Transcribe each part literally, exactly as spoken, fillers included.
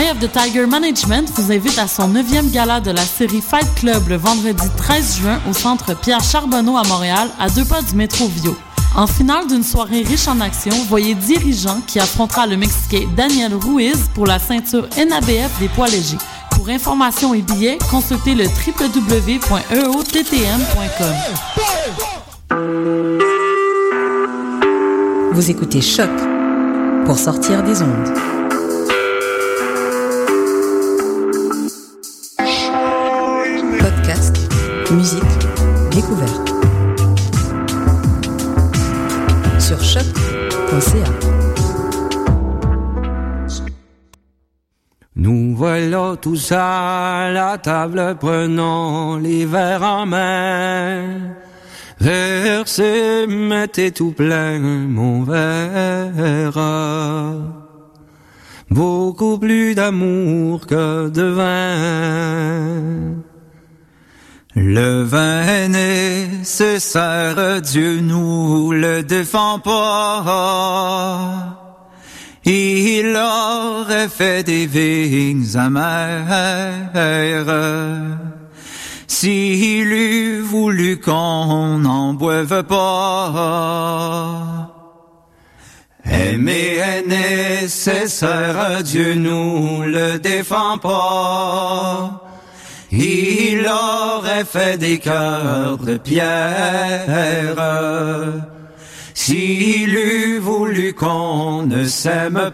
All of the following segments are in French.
Eye of the Tiger Management vous invite à son neuvième gala de la série Fight Club le vendredi treize juin au centre Pierre Charbonneau à Montréal, à deux pas du métro Viau. En finale d'une soirée riche en action, voyez Dirigeant qui affrontera le Mexicain Daniel Ruiz pour la ceinture N A B F des poids légers. Pour informations et billets, consultez le w w w point e o t t m point com. Vous écoutez Choc pour sortir des ondes. Podcast, musique, découverte. Sur choc point c a. Nous voilà tous à la table, prenons les verres en main. Versez, mettez tout plein mon verre. Beaucoup plus d'amour que de vin. Le vin est nécessaire, Dieu nous le défend pas. Il aurait fait des vignes amères s'il eût voulu qu'on n'en boive pas. Aimer est nécessaire, Dieu nous le défend pas. Il aurait fait des cœurs de pierre s'il eût voulu qu'on ne s'aime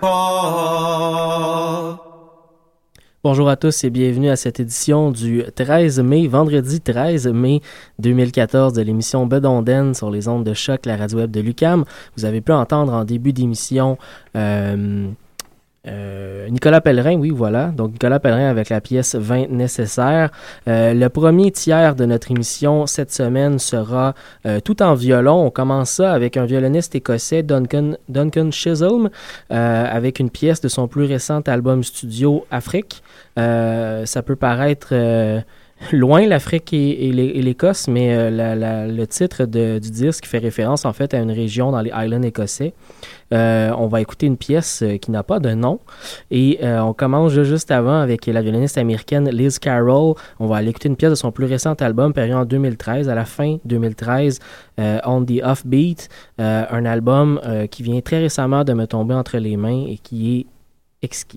pas. Bonjour à tous et bienvenue à cette édition du treize mai, vendredi treize mai deux mille quatorze de l'émission Bedonden sur les ondes de Choc, la radio web de l'U Q A M. Vous avez pu entendre en début d'émission euh, euh, Nicolas Pellerin, oui voilà, donc Nicolas Pellerin avec la pièce Vin nécessaire. Euh, le premier tiers de notre émission cette semaine sera euh, tout en violon. On commence ça avec un violoniste écossais, Duncan, Duncan Chisholm, euh, avec une pièce de son plus récent album studio Afrique. Euh, ça peut paraître euh, loin l'Afrique et, et, et l'Écosse, mais euh, la, la, le titre de, du disque fait référence en fait à une région dans les Highlands écossais. Euh, on va écouter une pièce euh, qui n'a pas de nom et euh, on commence juste avant avec la violoniste américaine Liz Carroll. On va aller écouter une pièce de son plus récent album paru en deux mille treize, à la fin deux mille treize, euh, On the Offbeat, euh, un album euh, qui vient très récemment de me tomber entre les mains et qui est exquis.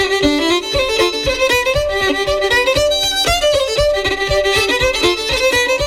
Thank you.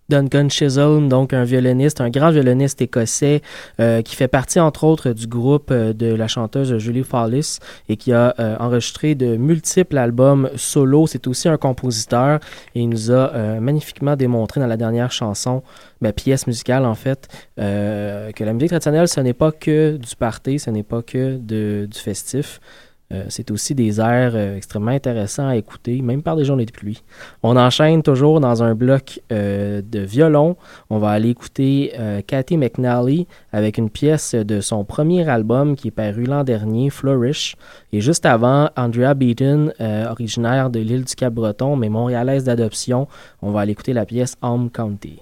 Duncan Chisholm, donc un violoniste, un grand violoniste écossais euh, qui fait partie entre autres du groupe euh, de la chanteuse Julie Fowlis et qui a euh, enregistré de multiples albums solo. C'est aussi un compositeur et il nous a euh, magnifiquement démontré dans la dernière chanson, ben, pièce musicale en fait, euh, que la musique traditionnelle ce n'est pas que du party, ce n'est pas que de, du festif. Euh, c'est aussi des airs euh, extrêmement intéressants à écouter, même par des journées de pluie. On enchaîne toujours dans un bloc euh, de violon. On va aller écouter euh, Cathy McNally avec une pièce de son premier album qui est paru l'an dernier, Flourish. Et juste avant, Andrea Beaton, euh, originaire de l'île du Cap-Breton, mais montréalaise d'adoption. On va aller écouter la pièce Home County.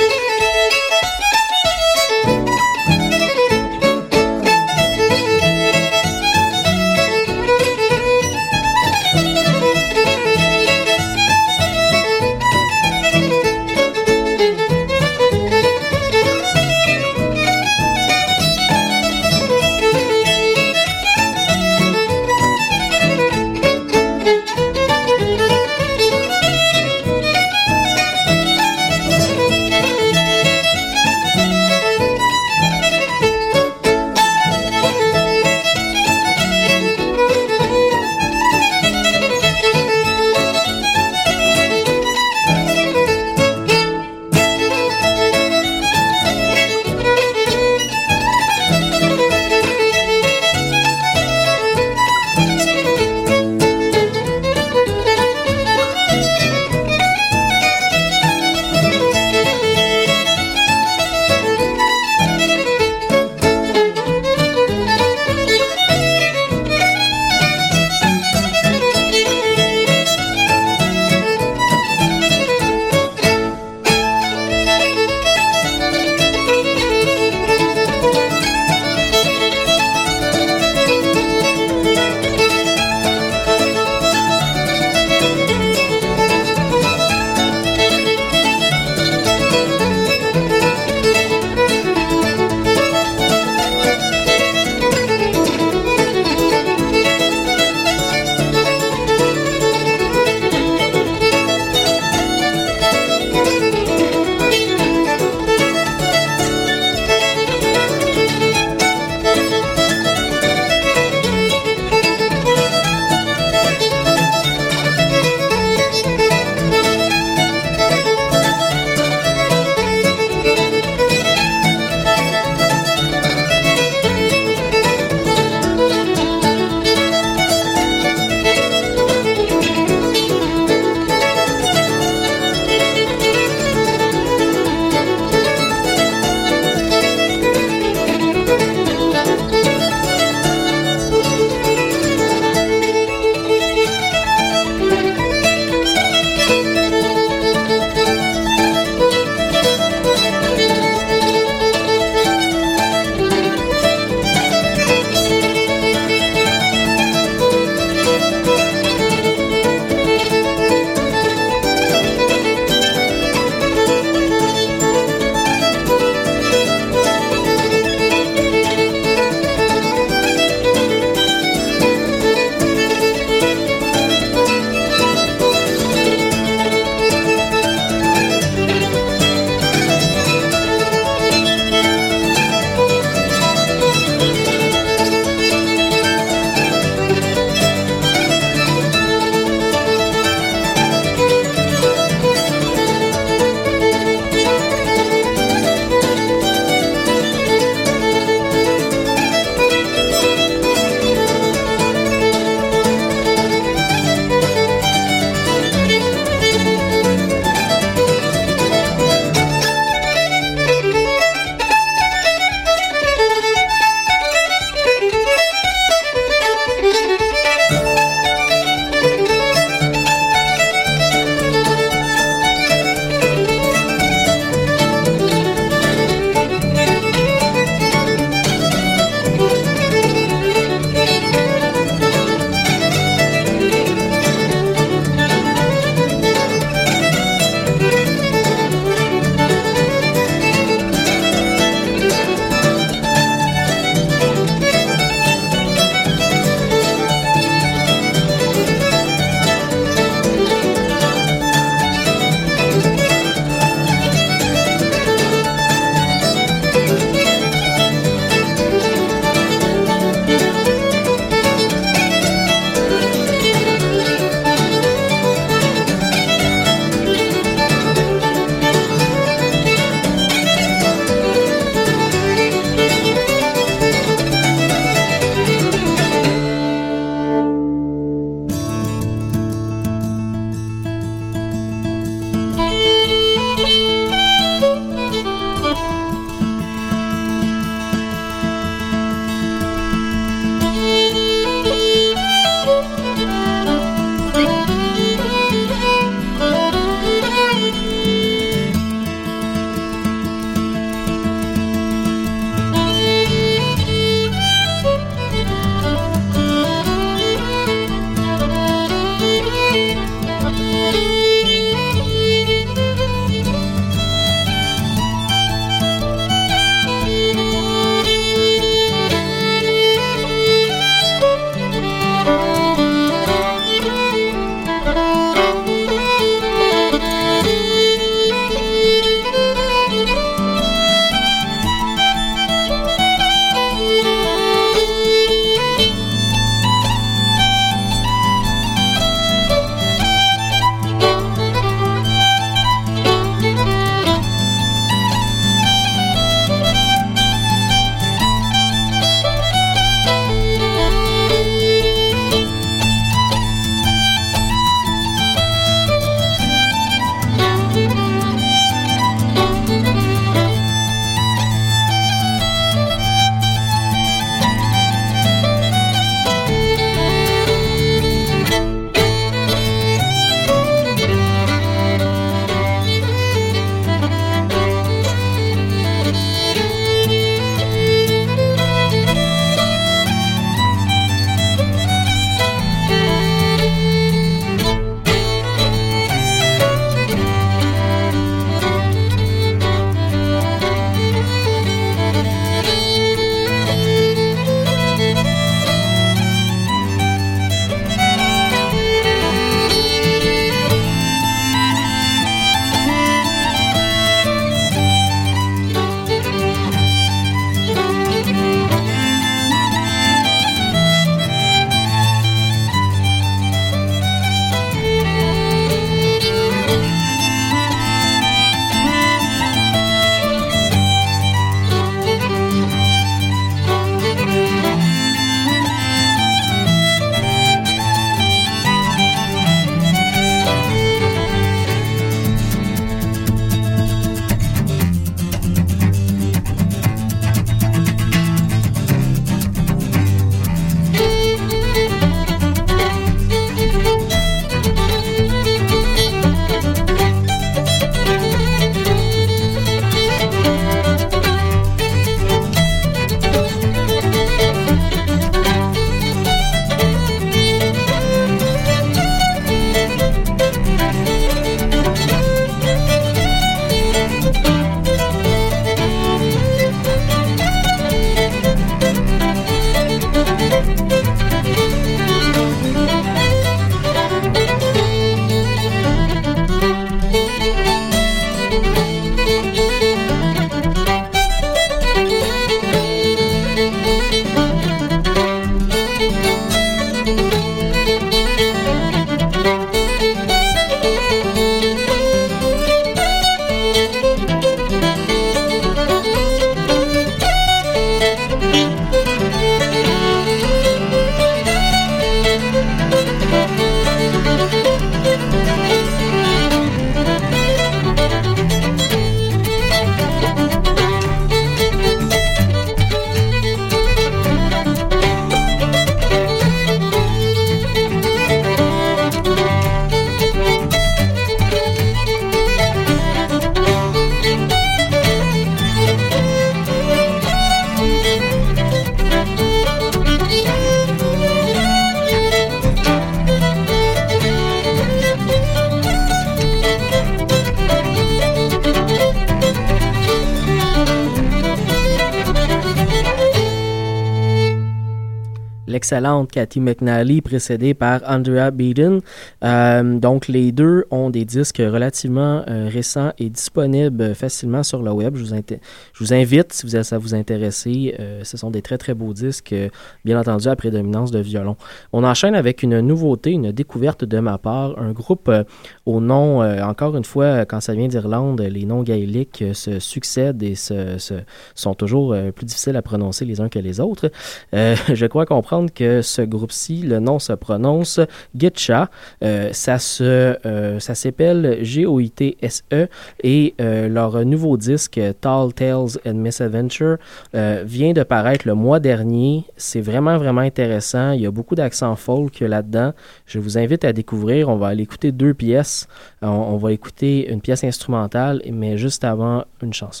l'excellente Cathy McNally, précédée par Andrea Beaton. Euh, donc, les deux ont des disques relativement euh, récents et disponibles facilement sur le web. Je vous, inté- je vous invite, si vous, ça vous intéresse, euh, ce sont des très, très beaux disques, euh, bien entendu, à prédominance de violon. On enchaîne avec une nouveauté, une découverte de ma part, un groupe euh, au nom, euh, encore une fois, quand ça vient d'Irlande, les noms gaéliques euh, se succèdent et se, se, sont toujours euh, plus difficiles à prononcer les uns que les autres. Euh, je crois comprendre que ce groupe-ci, le nom se prononce Gitcha. Euh, ça, se, euh, ça s'appelle G O I T S E et euh, leur nouveau disque Tall Tales and Misadventure euh, vient de paraître le mois dernier. C'est vraiment, vraiment intéressant. Il y a beaucoup d'accent folk là-dedans. Je vous invite à découvrir. On va aller écouter deux pièces. On, on va écouter une pièce instrumentale, mais juste avant, une chanson.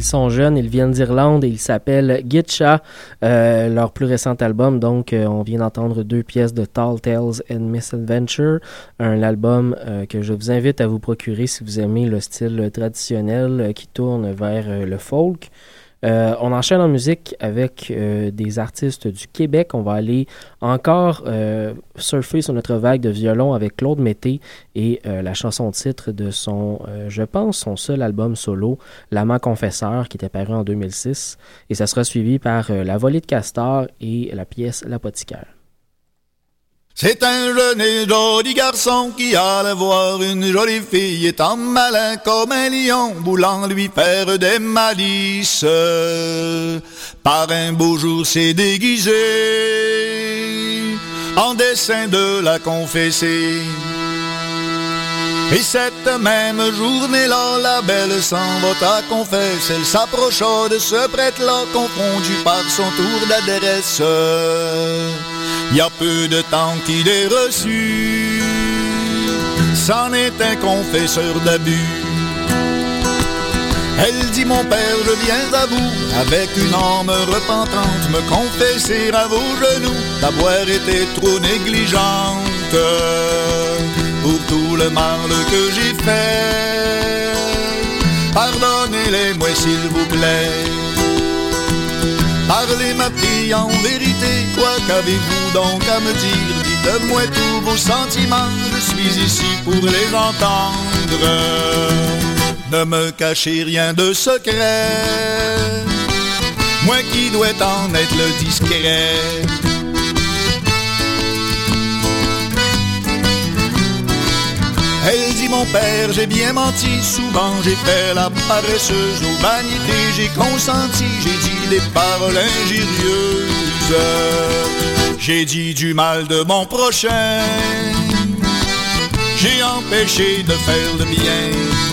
ils sont jeunes, ils viennent d'Irlande et ils s'appellent Gitcha. Euh, leur plus récent album, donc euh, on vient d'entendre deux pièces de Tall Tales and Misadventure, un album euh, que je vous invite à vous procurer si vous aimez le style traditionnel euh, qui tourne vers euh, le folk. Euh, on enchaîne en musique avec euh, des artistes du Québec. On va aller encore euh, surfer sur notre vague de violon avec Claude Mété et euh, la chanson titre de son, euh, je pense, son seul album solo, L'Amant Confesseur, qui était paru en deux mille six. Et ça sera suivi par euh, La Volée de Castor et la pièce L'Apothicaire. C'est un jeune et joli garçon qui allait voir une jolie fille, étant malin comme un lion, voulant lui faire des malices. Par un beau jour s'est déguisé en dessein de la confesser. Et cette même journée-là, la belle s'en va à confesse. Elle s'approcha de ce prêtre-là, confondu par son tour d'adresse. Il y a peu de temps qu'il est reçu, c'en est un confesseur d'abus. Elle dit: mon père, je viens à vous, avec une âme repentante, me confesser à vos genoux, d'avoir été trop négligente pour tout le mal que j'ai fait. Pardonnez-les-moi s'il vous plaît. Parlez ma fille en vérité, quoi qu'avez-vous donc à me dire? Dites-moi tous vos sentiments, je suis ici pour les entendre. Ne me cachez rien de secret, moi qui dois en être le discret. Elle dit: mon père, j'ai bien menti, souvent j'ai fait la paresseuse, aux vanités j'ai consenti, j'ai dit des paroles injurieuses, j'ai dit du mal de mon prochain, j'ai empêché de faire le bien.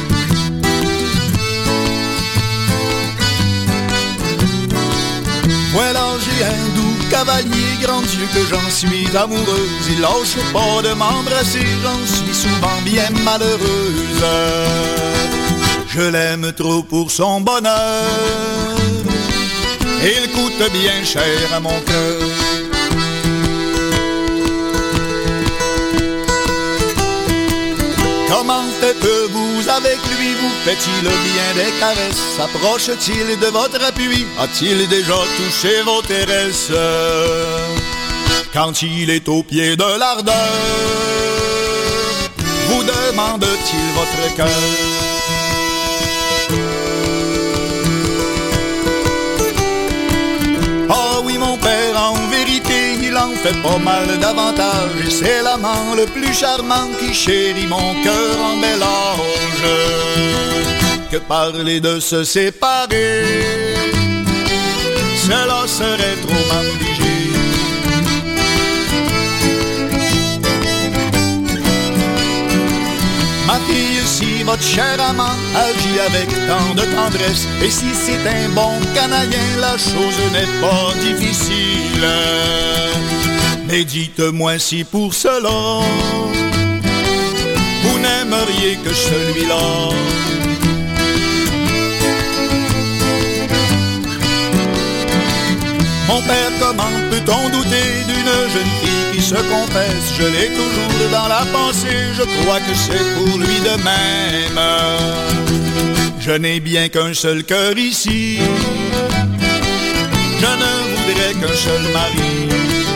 Voilà, j'ai un doux cavalier, grand Dieu que j'en suis amoureuse. Il lâche pas de m'embrasser, j'en suis souvent bien malheureuse. Je l'aime trop pour son bonheur, il coûte bien cher à mon cœur. Comment faites-vous avec lui? Vous fait-il bien des caresses? S'approche-t-il de votre appui? A-t-il déjà touché vos terresses? Quand il est au pied de l'ardeur, vous demande-t-il votre cœur? Ah oui, mon père, en vérité, il en fait pas mal davantage. Et c'est l'amant le plus charmant qui chérit mon cœur en bel âge. Que parler de se séparer, cela serait trop m'affliger. Ma fille, si votre cher amant agit avec tant de tendresse, et si c'est un bon Canadien, la chose n'est pas difficile. Mais dites-moi si pour cela vous n'aimeriez que celui-là. Mon père, comment peut-on douter d'une jeune fille qui se confesse? Je l'ai toujours dans la pensée, je crois que c'est pour lui de même. Je n'ai bien qu'un seul cœur ici, je ne voudrais qu'un seul mari.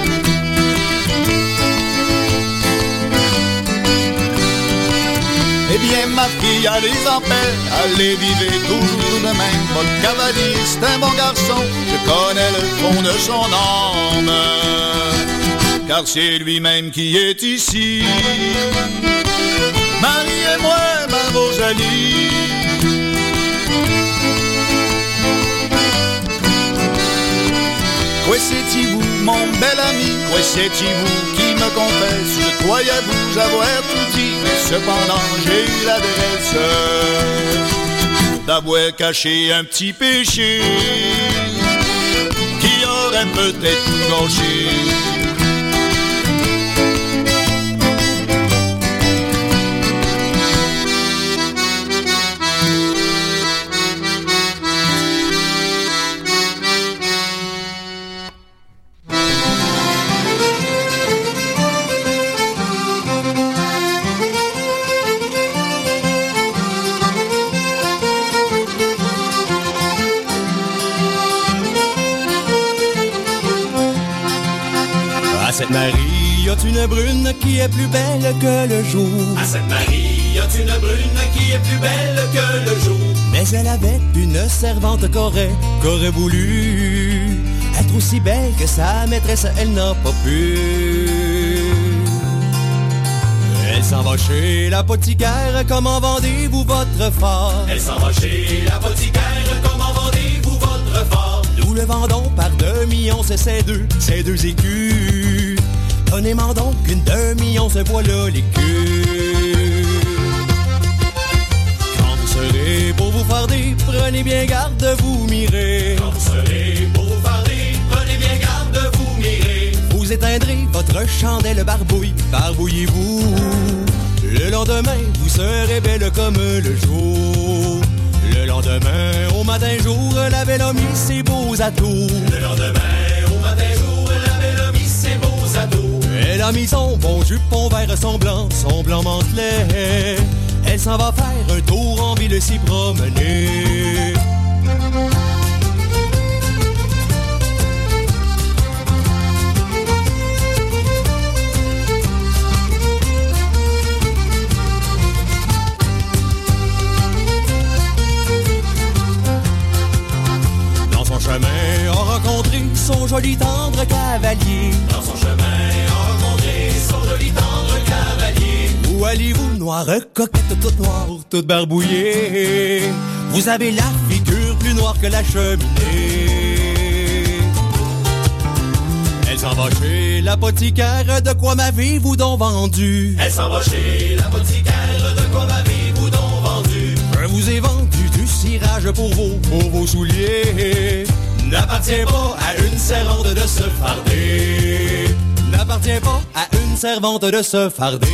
Eh bien ma fille, allez en paix, allez vivre toujours de même. Votre cavalier, c'est un bon garçon, je connais le fond de son âme, car c'est lui-même qui est ici. Mariez-moi, ma Rosalie. Quoi c'est-il-vous, mon bel ami? Quoi c'est-il-vous qui me confesse? Je croyais vous avoir tout dit, mais cependant j'ai eu l'adresse d'avoir caché un petit péché qui aurait peut-être tout gâché. Sainte-Marie, y'a une brune qui est plus belle que le jour. À Sainte-Marie, y'a une brune qui est plus belle que le jour. Mais elle avait une servante qu'aurait, qu'aurait voulu être aussi belle que sa maîtresse, elle n'a pas pu. Elle s'en va chez l'apothicaire, comment vendez-vous votre fort? Elle s'en va chez l'apothicaire, comment vendez-vous votre fort? Nous le vendons par demi-once, c'est deux, c'est deux écus. Donnez-moi donc une demi-once, voilà l'écu. Quand vous serez pour vous farder, prenez bien garde de vous mirer. Quand vous serez pour vous farder, prenez bien garde de vous mirer. Vous éteindrez votre chandelle barbouille, barbouillez-vous. Le lendemain, vous serez belle comme le jour. Le lendemain, au matin jour, la belle a mis ses beaux atouts. Le lendemain, au matin jour, la belle a mis ses beaux atouts. Elle a mis son bon jupon vert, son blanc, son blanc mantelet. Elle s'en va faire un tour en ville s'y promener. Son joli tendre cavalier. Dans son chemin, a rencontré son joli tendre cavalier. Où allez-vous, noire coquette, toute noire, toute barbouillée? Vous avez la figure plus noire que la cheminée. Elle s'en va chez l'apothicaire, de quoi m'avez-vous donc vendu? Elle s'en va chez l'apothicaire, de quoi m'avez-vous donc vendu? Je vous ai vendu du cirage pour vos, pour vos souliers. N'appartient pas à une servante de se farder. N'appartient pas à une servante de se farder.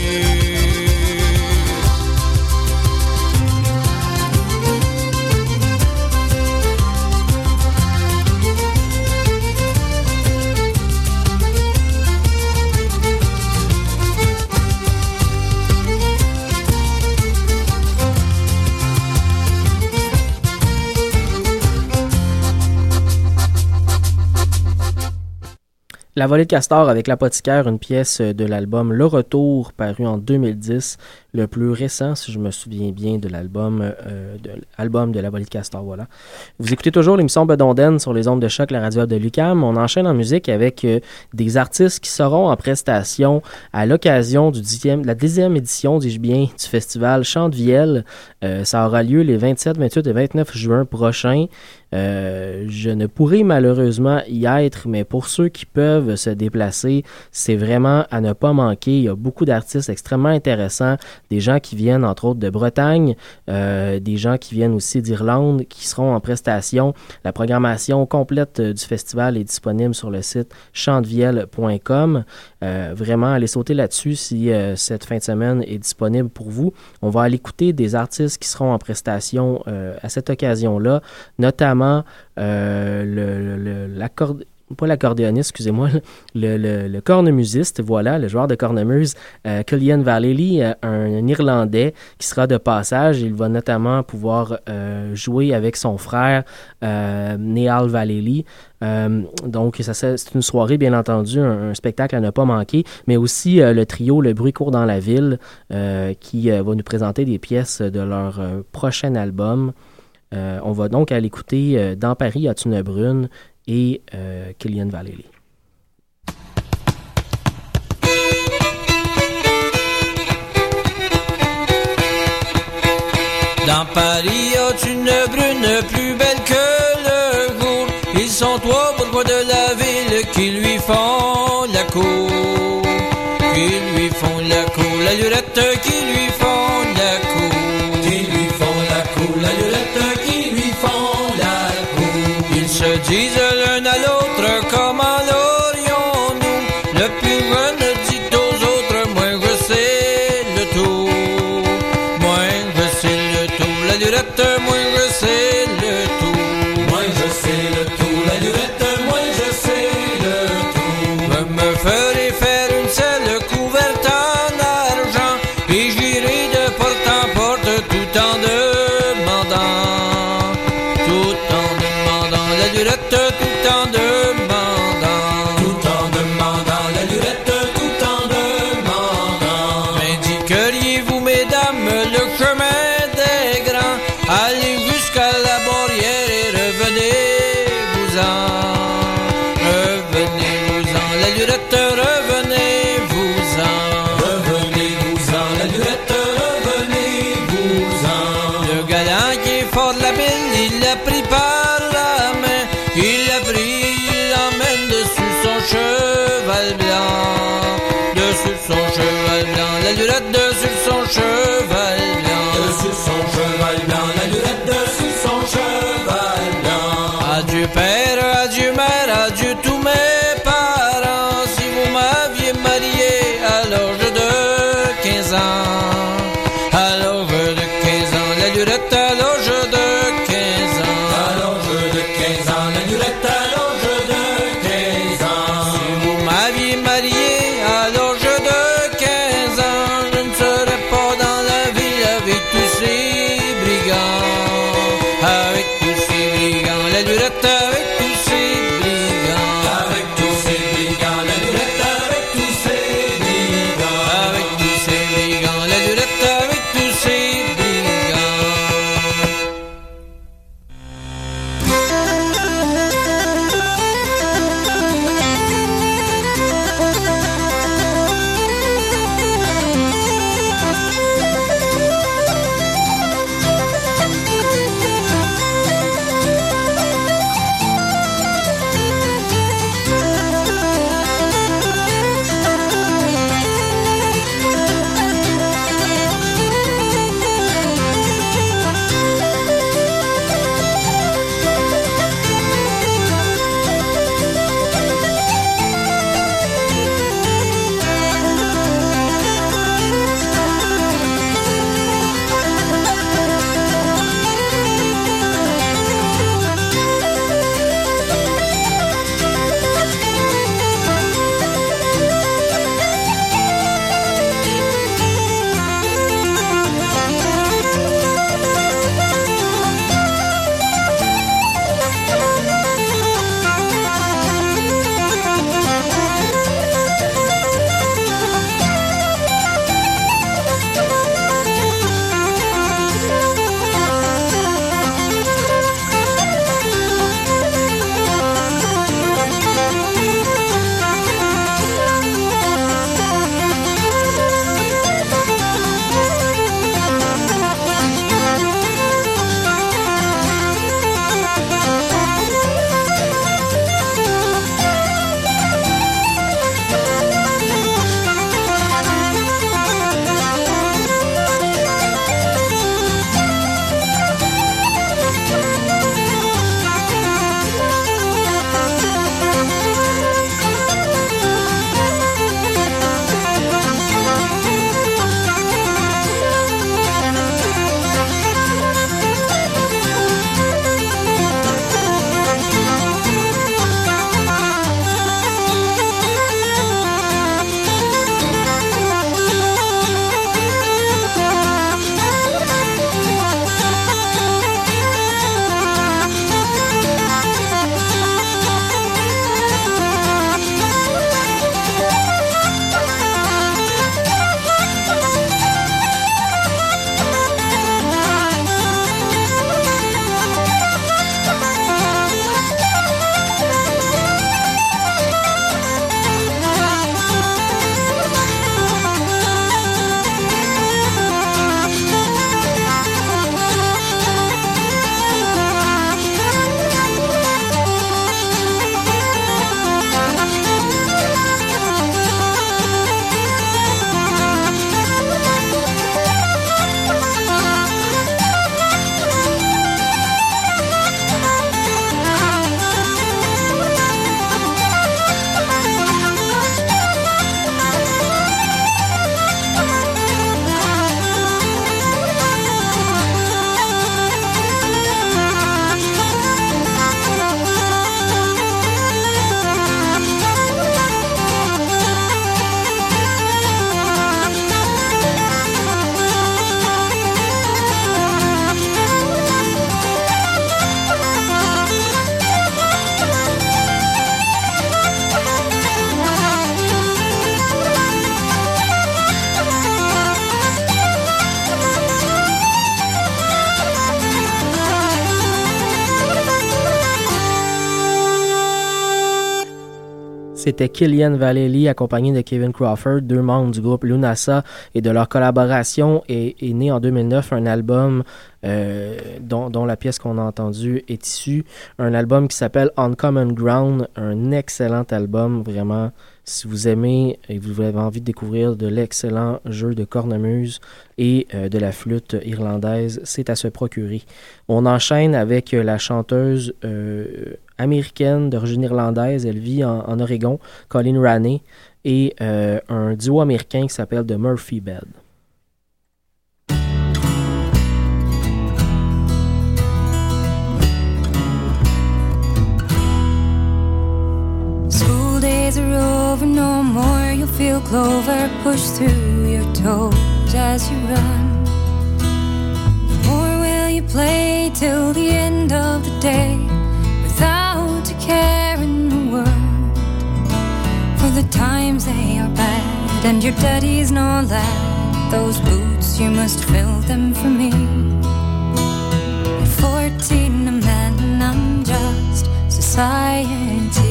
La volée de castor avec l'apothicaire, une pièce de l'album Le Retour, paru en deux mille dix, le plus récent, si je me souviens bien, de l'album euh, de l'album de la volée de castor, voilà. Vous écoutez toujours l'émission Bedonden sur les ondes de choc, la radio de l'U Q A M. On enchaîne en musique avec euh, des artistes qui seront en prestation à l'occasion du dixième, la dixième édition, dis-je bien, du festival Chant de Vielle. Euh, ça aura lieu les vingt-sept, vingt-huit et vingt-neuf juin prochains. Euh, je ne pourrai malheureusement y être, mais pour ceux qui peuvent se déplacer, c'est vraiment à ne pas manquer. Il y a beaucoup d'artistes extrêmement intéressants, des gens qui viennent entre autres de Bretagne, euh, des gens qui viennent aussi d'Irlande, qui seront en prestation. La programmation complète du festival est disponible sur le site chant de vielle point com. Euh, vraiment, allez sauter là-dessus si euh, cette fin de semaine est disponible pour vous. On va aller écouter des artistes qui seront en prestation euh, à cette occasion-là, notamment Euh, le, le, l'accorde... pas l'accordéoniste, excusez-moi, le, le, le cornemusiste, voilà, le joueur de cornemuse, euh, Killian Vallely, euh, un, un Irlandais qui sera de passage. Il va notamment pouvoir euh, jouer avec son frère, euh, Neal Vallely. Euh, donc, ça, c'est une soirée, bien entendu, un, un spectacle à ne pas manquer, mais aussi euh, le trio Le Bruit court dans la ville, euh, qui euh, va nous présenter des pièces de leur euh, prochain album. Euh, on va donc aller écouter euh, Dans Paris, as-tu une brune et euh, Killian Vallely. Dans Paris, as-tu une brune plus belle que le jour? Ils sont trois bourgeois de la ville qui lui font la cour. Qui lui font la cour, la lurette qui lui font la cour. Qui lui font la cour, la lurette. Se disent l'un à l'autre, comment l'aurions-nous? Le plus jeune dit aux autres, moi je sais le tout. Moi je sais le tout, la lurette, moi je sais le tout. Moi je sais le tout, la lurette, moi je sais le tout. Je me ferai faire une selle couverte en argent, et j'irai de porte en porte tout en demandant. La lurette tout en demandant, tout en demandant la lurette, fort de la bille, il l'a pris par la main, il l'a pris, il l'emmène dessus son cheval blanc, dessus son cheval blanc, la lurette dessus son cheval blanc, Dessus son cheval blanc, la lurette dessus son cheval blanc. Adieu père, adieu mère, adieu tous mes parents. Si vous m'aviez marié à l'âge de quinze ans, à l'âge de quinze ans, la lurette à l'âge de quinze ans, À l'âge de quinze ans, la lurette à l'âge de quinze ans. si vous m'aviez marié à l'âge de quinze ans, je ne serais pas dans la ville avec tous ces brigands, avec tous ces brigands, la lurette avec tous ces brigands, Avec tous ces brigands, la lurette avec tous ces brigands. avec tous ces brigands, la lurette avec tous ces brigands. C'était Killian Vallely accompagné de Kevin Crawford, deux membres du groupe Lunasa, et de leur collaboration est, est né en deux mille neuf un album euh, dont, dont la pièce qu'on a entendue est issue. Un album qui s'appelle Uncommon Ground, un excellent album, vraiment. Si vous aimez et vous avez envie de découvrir de l'excellent jeu de cornemuse et euh, de la flûte irlandaise, c'est à se procurer. On enchaîne avec la chanteuse euh, américaine d'origine irlandaise, elle vit en, en Oregon, Colleen Rainey, et euh, un duo américain qui s'appelle The Murphy Bed. School days are over, no more you'll feel clover push through your toes as you run. Or will you play till the end of the day without a care in the world? For the times they are bad and your daddy's no lad, those boots you must fill them for me. At fourteen a man, I'm just society.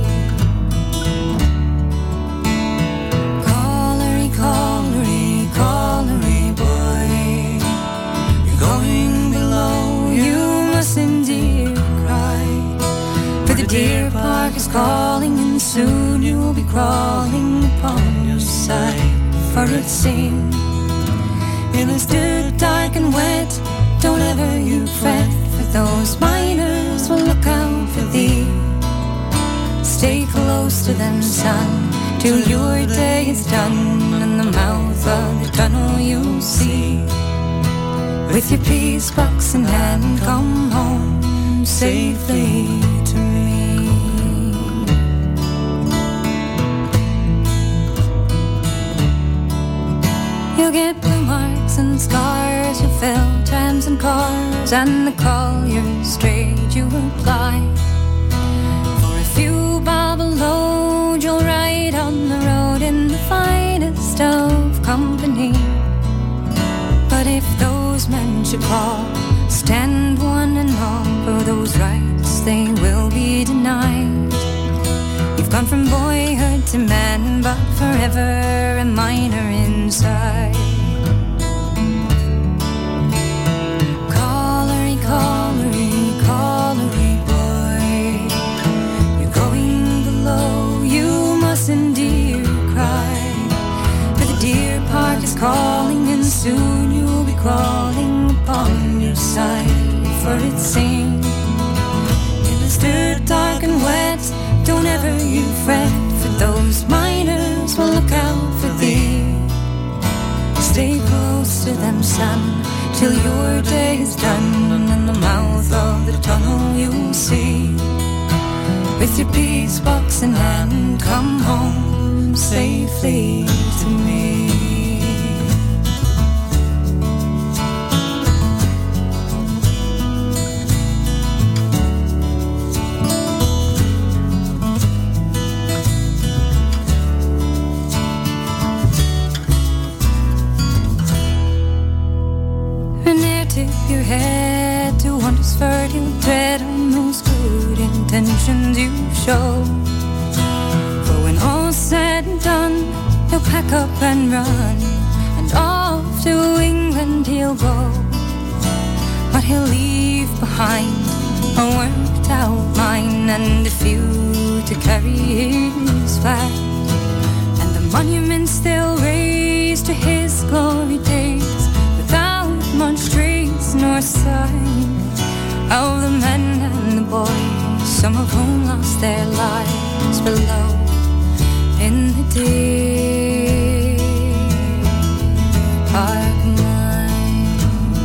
Colliery, colliery boy, you're going below, you must indeed cry. For the deer park is calling and soon you'll be crawling upon your side. For it seems in this dirt dark and wet, don't ever you fret, for those miners will look out for thee. Stay close to them, son, till your day is done. In the mouth of the tunnel you'll see, with your peace box in hand, come home safely to me. You'll get blue marks and scars, you'll fill trams and cars, and the collier's trade you will ply. For a few bob a load you'll ride on the road in the finest of company. But if those men should call, stand one and all, for those rights they will be denied. You've gone from boyhood to man, but forever a miner inside. Colliery, colliery, colliery boy, you're going below, you must indeed cry. For the deer park is calling and soon you'll be crawling upon your side. For it seems in this dirt dark and wet, don't ever you fret, for those miners will look out for thee. Stay close to them, son, till your day is done. And in the mouth of the tunnel you'll see, with your peace box in hand, come home safely to me. Your head to wonders fertile tread on those good intentions you show. For when all's said and done, he'll pack up and run, and off to England he'll go. But he'll leave behind a worked out mine and a few to carry his flag, and the monuments they'll raise to his glory days without much trace nor sign of the men and the boys, some of whom lost their lives below in the deer park mine.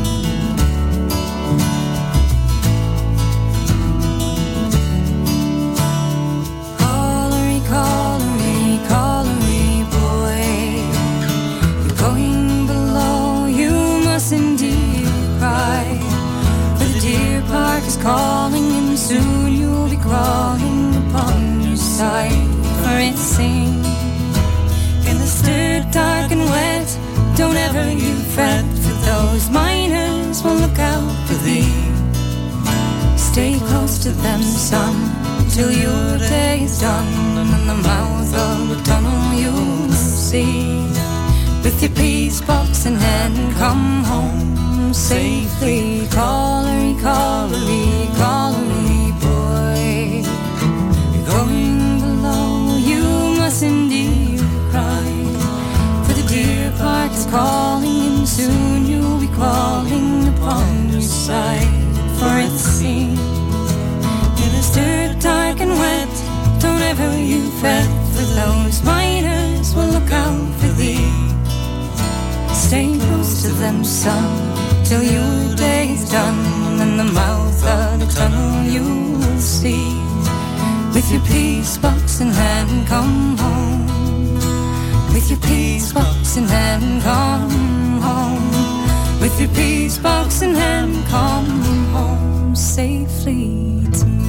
Colliery, colliery, colliery boy, you're going below, you must indeed cry. For the deer park is calling and soon you'll be crawling upon your side. For it seems in this dirt dark and wet, don't ever you fret, for those miners will look out for thee. Stay close to them, son, till your day is done. And in the mouth of the tunnel you'll see, with your peace box in hand, come home home safely. Collery, collery, collery, boy. You're going below, you must indeed cry. For the deer park is calling, and soon you'll be crawling upon your side. For it seems it is dirt, dark and wet. Don't ever you fret, for those miners will look out for thee. Stay close to them, son, till your day's done, and the mouth of the tunnel you will see. With your peace box in hand, come home. With your peace box in hand, come home. With your peace box in hand, come home safely to me.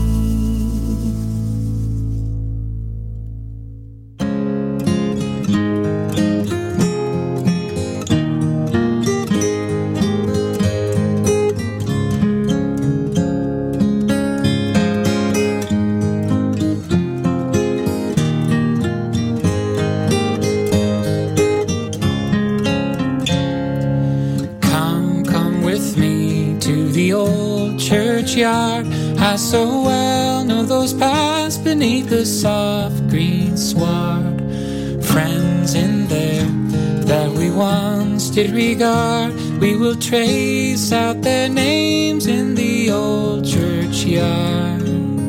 Yard. I so well know those paths beneath the soft green sward. Friends in there that we once did regard, we will trace out their names in the old churchyard.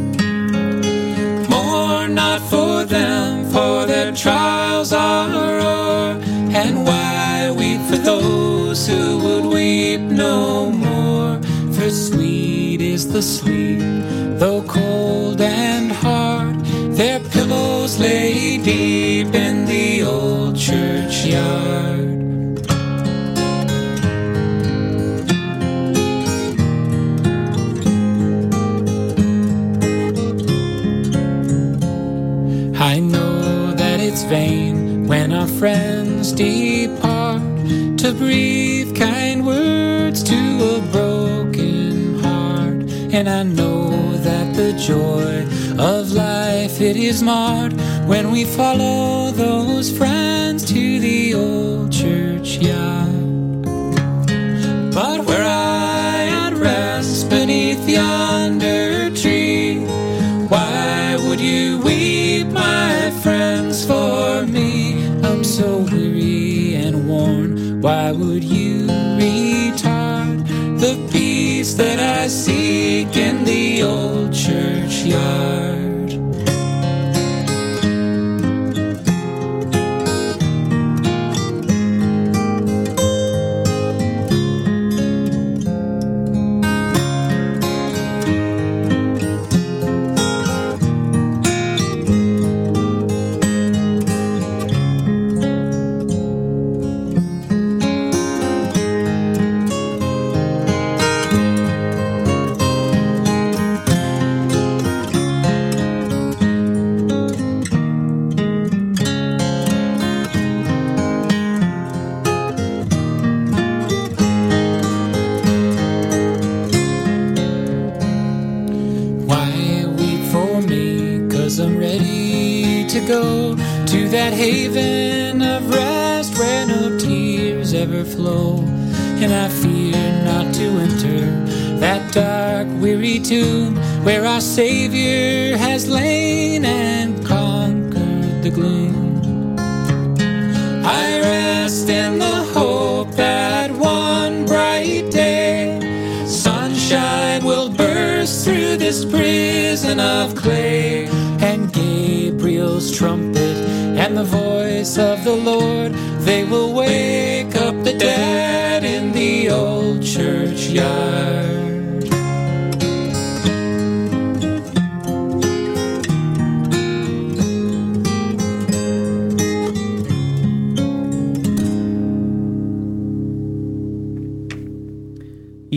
Mourn not for them, for their trials are o'er, and why weep for those who would weep no more? For sweet is the sleep, though cold and hard, their pillows lay deep in the old churchyard. I know that it's vain when our friends depart to breathe kind words to a broken heart, and I know that the joy of life, it is marred when we follow those friends to the old churchyard. But were I at rest beneath yonder tree, why would you weep, my friends, for me? I'm so weary and worn, why would you retard the peace that I seek in the old churchyard? Go to that haven of rest where no tears ever flow, and I fear not to enter that dark, weary tomb where our Savior has lain and conquered the gloom. I rest in the hope that one bright day sunshine will burst through this prison of clay, and Gabriel's trumpet and the voice of the Lord, they will wake up the dead in the old churchyard.